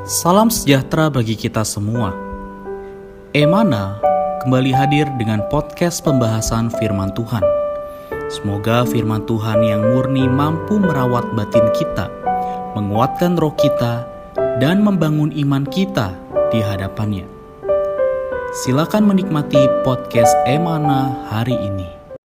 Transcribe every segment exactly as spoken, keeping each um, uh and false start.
Salam sejahtera bagi kita semua. Emana kembali hadir dengan podcast pembahasan firman Tuhan. Semoga firman Tuhan yang murni mampu merawat batin kita, menguatkan roh kita, dan membangun iman kita di hadapannya. Silakan menikmati podcast Emana hari ini.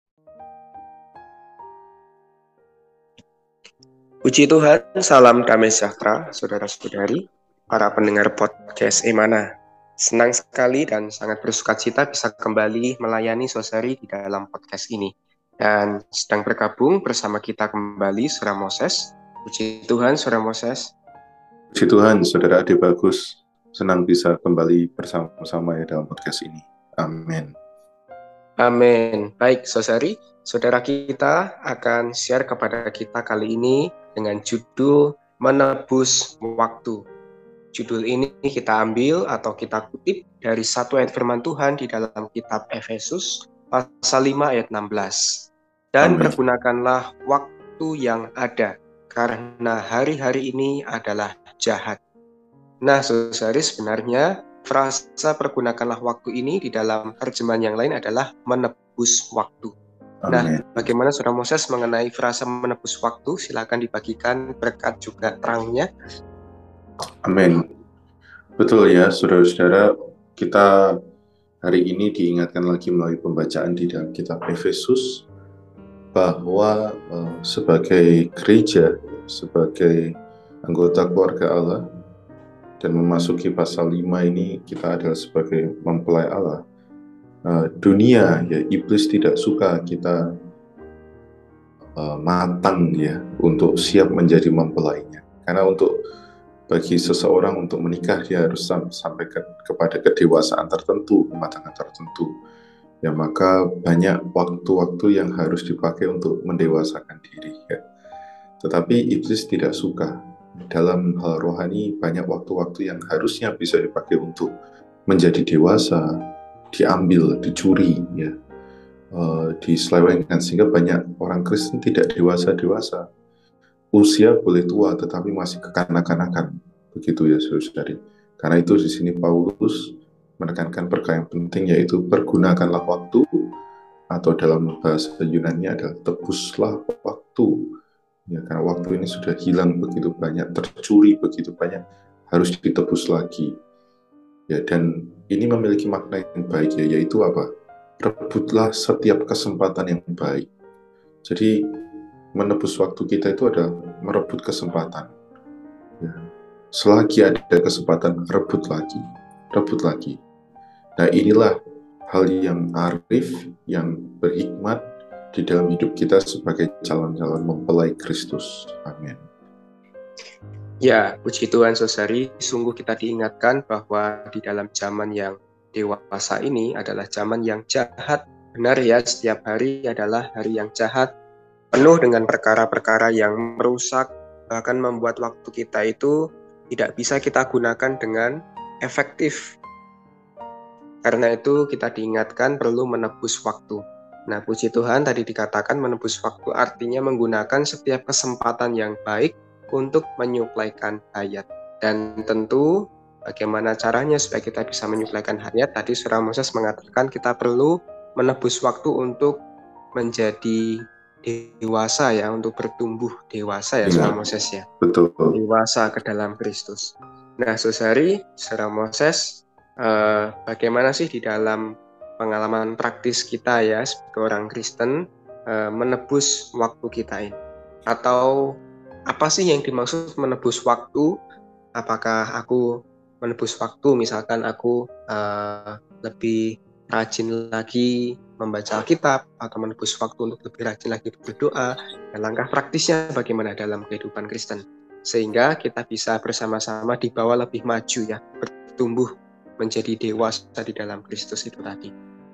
Puji Tuhan, salam damai sejahtera, saudara-saudari, para pendengar podcast Emana. Senang sekali dan sangat bersukacita bisa kembali melayani saudari di dalam podcast ini. Dan sedang bergabung bersama kita kembali Saudara Moses. Puji Tuhan, Saudara Moses. Puji Tuhan, Saudara Ade Bagus. Senang bisa kembali bersama-sama ya dalam podcast ini. Amin. Amin. Baik, saudari, saudara kita akan share kepada kita kali ini dengan judul Menebus Waktu. Judul ini kita ambil atau kita kutip dari satu ayat firman Tuhan di dalam kitab Efesus pasal lima ayat enam belas. Dan Amin. Pergunakanlah waktu yang ada, karena hari-hari ini adalah jahat. Nah, saudari, sebenarnya frasa pergunakanlah waktu ini di dalam terjemahan yang lain adalah menebus waktu. Nah, Amin. bagaimana Saudara Moses mengenai frasa menebus waktu? Silakan dibagikan berkat juga terangnya. Amin. Betul ya, saudara-saudara, kita hari ini diingatkan lagi melalui pembacaan di dalam kitab Efesus bahwa uh, sebagai gereja, sebagai anggota keluarga Allah, dan memasuki pasal lima ini kita adalah sebagai mempelai Allah. Uh, dunia, ya iblis tidak suka kita uh, matang ya untuk siap menjadi mempelainya. Karena untuk bagi seseorang untuk menikah dia harus sam- sampai ke, kepada kedewasaan tertentu, kematangan tertentu. Ya maka banyak waktu-waktu yang harus dipakai untuk mendewasakan diri ya. Tetapi iblis tidak suka. Dalam hal rohani banyak waktu-waktu yang harusnya bisa dipakai untuk menjadi dewasa, diambil, dicuri ya. Uh, diselewengkan sehingga banyak orang Kristen tidak dewasa-dewasa. Usia boleh tua tetapi masih kekanak-kanakan, begitu ya saudari. Karena itu di sini Paulus menekankan perkara yang penting, yaitu pergunakanlah waktu, atau dalam bahasa Yunani adalah tebuslah waktu. Ya, karena waktu ini sudah hilang begitu banyak, tercuri begitu banyak, harus ditebus lagi. Ya, dan ini memiliki makna yang baik ya, yaitu apa? Rebutlah setiap kesempatan yang baik. Jadi menebus waktu kita itu adalah merebut kesempatan. Ya. Selagi ada kesempatan, rebut lagi, rebut lagi. Nah inilah hal yang arif, yang berhikmat di dalam hidup kita sebagai calon-calon mempelai Kristus. Amin. Ya, puji Tuhan saudari, sungguh kita diingatkan bahwa di dalam zaman yang dewasa ini adalah zaman yang jahat. Benar ya, setiap hari adalah hari yang jahat, penuh dengan perkara-perkara yang merusak, bahkan membuat waktu kita itu tidak bisa kita gunakan dengan efektif. Karena itu kita diingatkan perlu menebus waktu. Nah, puji Tuhan tadi dikatakan menebus waktu artinya menggunakan setiap kesempatan yang baik untuk menyuplaikan hayat. Dan tentu bagaimana caranya supaya kita bisa menyuplaikan hayat? Tadi Saudara Moses mengatakan kita perlu menebus waktu untuk menjadi dewasa ya, untuk bertumbuh dewasa ya, ya. Saudara Moses ya. Betul. Dewasa ke dalam Kristus. Nah, saudari, Saudara Moses, eh, bagaimana sih di dalam pengalaman praktis kita ya sebagai orang Kristen eh, menebus waktu kita ini? Atau apa sih yang dimaksud menebus waktu? Apakah aku menebus waktu, misalkan aku eh, lebih rajin lagi membaca Alkitab, atau menebus waktu untuk lebih rajin lagi berdoa, dan langkah praktisnya bagaimana dalam kehidupan Kristen, sehingga kita bisa bersama-sama dibawa lebih maju ya, bertumbuh menjadi dewasa di dalam Kristus itu tadi.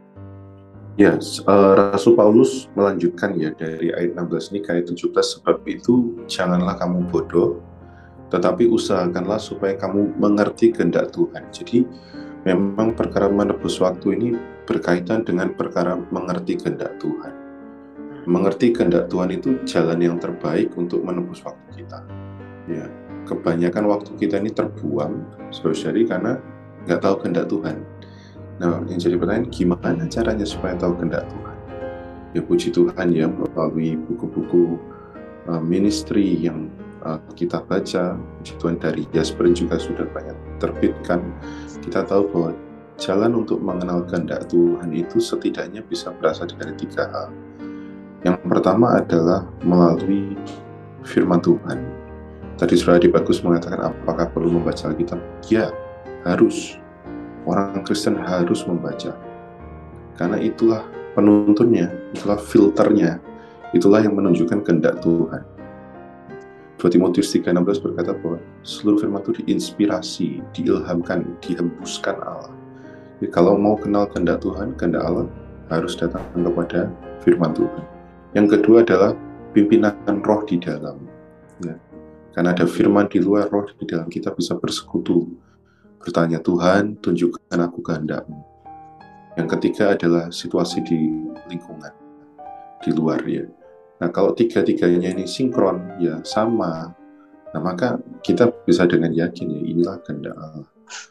Ya, uh, Rasul Paulus melanjutkan ya dari ayat enam belas ini ke ayat tujuh belas, sebab itu janganlah kamu bodoh, tetapi usahakanlah supaya kamu mengerti kehendak Tuhan. Jadi memang perkara menebus waktu ini berkaitan dengan perkara mengerti kehendak Tuhan. Mengerti kehendak Tuhan itu jalan yang terbaik untuk menebus waktu kita. Ya, kebanyakan waktu kita ini terbuang, saudara, karena nggak tahu kehendak Tuhan. Nah, yang jadi pertanyaan, gimana caranya supaya tahu kehendak Tuhan? Ya puji Tuhan ya, melalui buku-buku uh, ministry yang uh, kita baca, puji Tuhan dari Jasper juga sudah banyak terbitkan. Kita tahu bahwa jalan untuk mengenal kehendak Tuhan itu setidaknya bisa berasal dari tiga hal. Yang pertama adalah melalui firman Tuhan. Tadi Saudara Adi Bagus mengatakan apakah perlu membaca Alkitab? Ya, harus. Orang Kristen harus membaca. Karena itulah penuntunnya, itulah filternya, itulah yang menunjukkan kehendak Tuhan. dua Timotius tiga enam belas berkata bahwa seluruh firman itu diinspirasi, diilhamkan, dihembuskan Allah. Jadi kalau mau kenal kehendak Tuhan, kehendak Allah, harus datang kepada firman Tuhan. Yang kedua adalah pimpinan roh di dalam. Ya. Karena ada firman di luar, roh di dalam, kita bisa bersekutu. Bertanya, Tuhan, tunjukkan aku kehendak-Mu. Yang ketiga adalah situasi di lingkungan, di luar ya. Nah, kalau tiga-tiganya ini sinkron, ya sama, nah maka kita bisa dengan yakin ya, inilah kehendak Allah.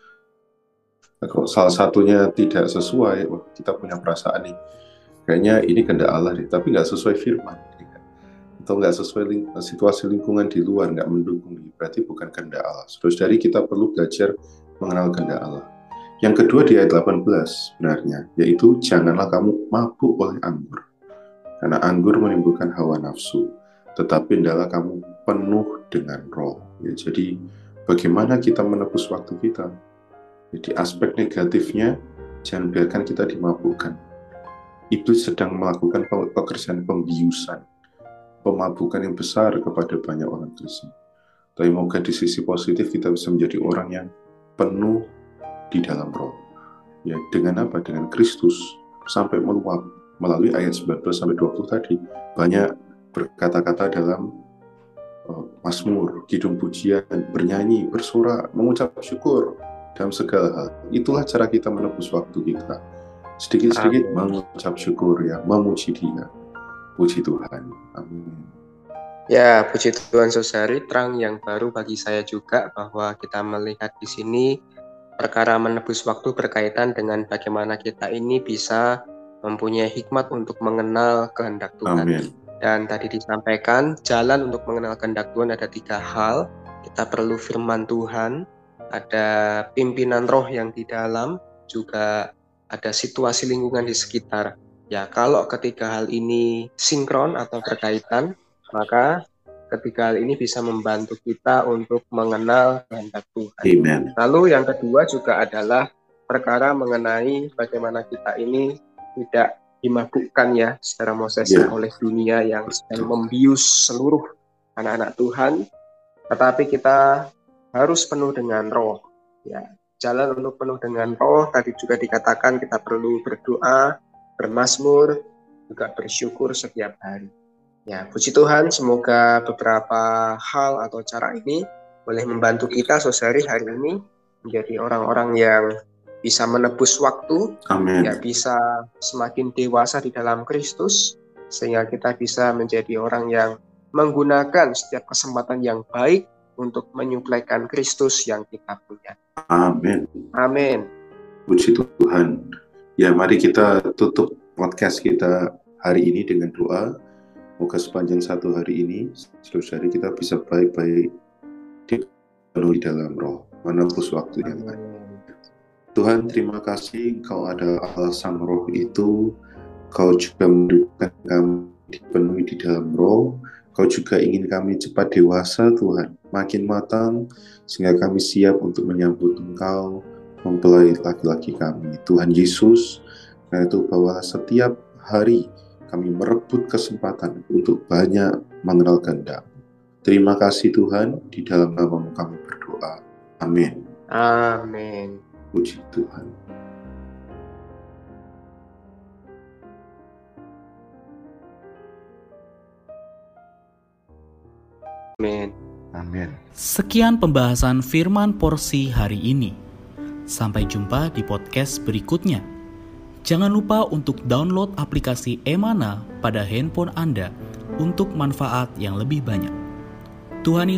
Nah, kalau salah satunya tidak sesuai, wah, kita punya perasaan nih, kayaknya ini kehendak Allah deh, tapi nggak sesuai firman, ya. Atau nggak sesuai ling- situasi lingkungan di luar, nggak mendukung, berarti bukan kehendak Allah. Saudara-saudari, kita perlu belajar mengenal kehendak Allah. Yang kedua di ayat delapan belas sebenarnya, yaitu janganlah kamu mabuk oleh anggur. Karena anggur menimbulkan hawa nafsu, tetapi hendaklah kamu penuh dengan roh. Ya, jadi bagaimana kita menebus waktu kita? Jadi aspek negatifnya, jangan biarkan kita dimabukkan. Iblis sedang melakukan pekerjaan pembiusan, pemabukan yang besar kepada banyak orang Kristen. Tapi moga di sisi positif kita bisa menjadi orang yang penuh di dalam roh. Ya, dengan apa? Dengan Kristus sampai meluap. Melalui ayat sembilan belas sampai dua puluh tadi, banyak berkata-kata dalam uh, Mazmur, kidung pujian, bernyanyi, bersorak, mengucap syukur dalam segala hal. Itulah cara kita menebus waktu kita. Sedikit-sedikit mengucap syukur ya, memuji Dia. Puji Tuhan. Amin. Ya, puji Tuhan saudari, terang yang baru bagi saya juga bahwa kita melihat di sini perkara menebus waktu berkaitan dengan bagaimana kita ini bisa mempunyai hikmat untuk mengenal kehendak Tuhan. Amin. Dan tadi disampaikan jalan untuk mengenal kehendak Tuhan ada tiga hal. Kita perlu firman Tuhan, ada pimpinan roh yang di dalam, juga ada situasi lingkungan di sekitar. Ya, kalau ketiga hal ini sinkron atau berkaitan, maka ketiga hal ini bisa membantu kita untuk mengenal kehendak Tuhan. Amen. Lalu yang kedua juga adalah perkara mengenai bagaimana kita ini tidak dimabukkan ya secara moses yeah. oleh dunia yang sedang membius seluruh anak-anak Tuhan, tetapi kita harus penuh dengan roh. Ya, jalan untuk penuh dengan roh tadi juga dikatakan kita perlu berdoa, bermazmur, juga bersyukur setiap hari. Ya, puji Tuhan, semoga beberapa hal atau cara ini boleh membantu kita saudari hari ini menjadi orang-orang yang bisa menebus waktu, Amin. Ya bisa semakin dewasa di dalam Kristus, sehingga kita bisa menjadi orang yang menggunakan setiap kesempatan yang baik untuk menyuplaikan Kristus yang kita punya. Amin. Amin. Puji Tuhan. Ya, mari kita tutup podcast kita hari ini dengan doa. Moga sepanjang satu hari ini, saudara kita bisa baik-baik dipenuhi dalam roh, menebus waktu yang baik. Tuhan, terima kasih Engkau adalah Allah Sang Roh itu. Kau juga mendukung kami dipenuhi di dalam roh. Kau juga ingin kami cepat dewasa Tuhan, makin matang, sehingga kami siap untuk menyambut Engkau, mempelai laki-laki kami. Tuhan Yesus, karena itu bahwa setiap hari kami merebut kesempatan untuk banyak mengenal kehendak. Terima kasih Tuhan, di dalam nama-Mu kami berdoa. Amin. Amin. Puji Tuhan. Amin. Amin. Sekian pembahasan firman porsi hari ini. Sampai jumpa di podcast berikutnya. Jangan lupa untuk download aplikasi Emana pada handphone Anda untuk manfaat yang lebih banyak. Tuhan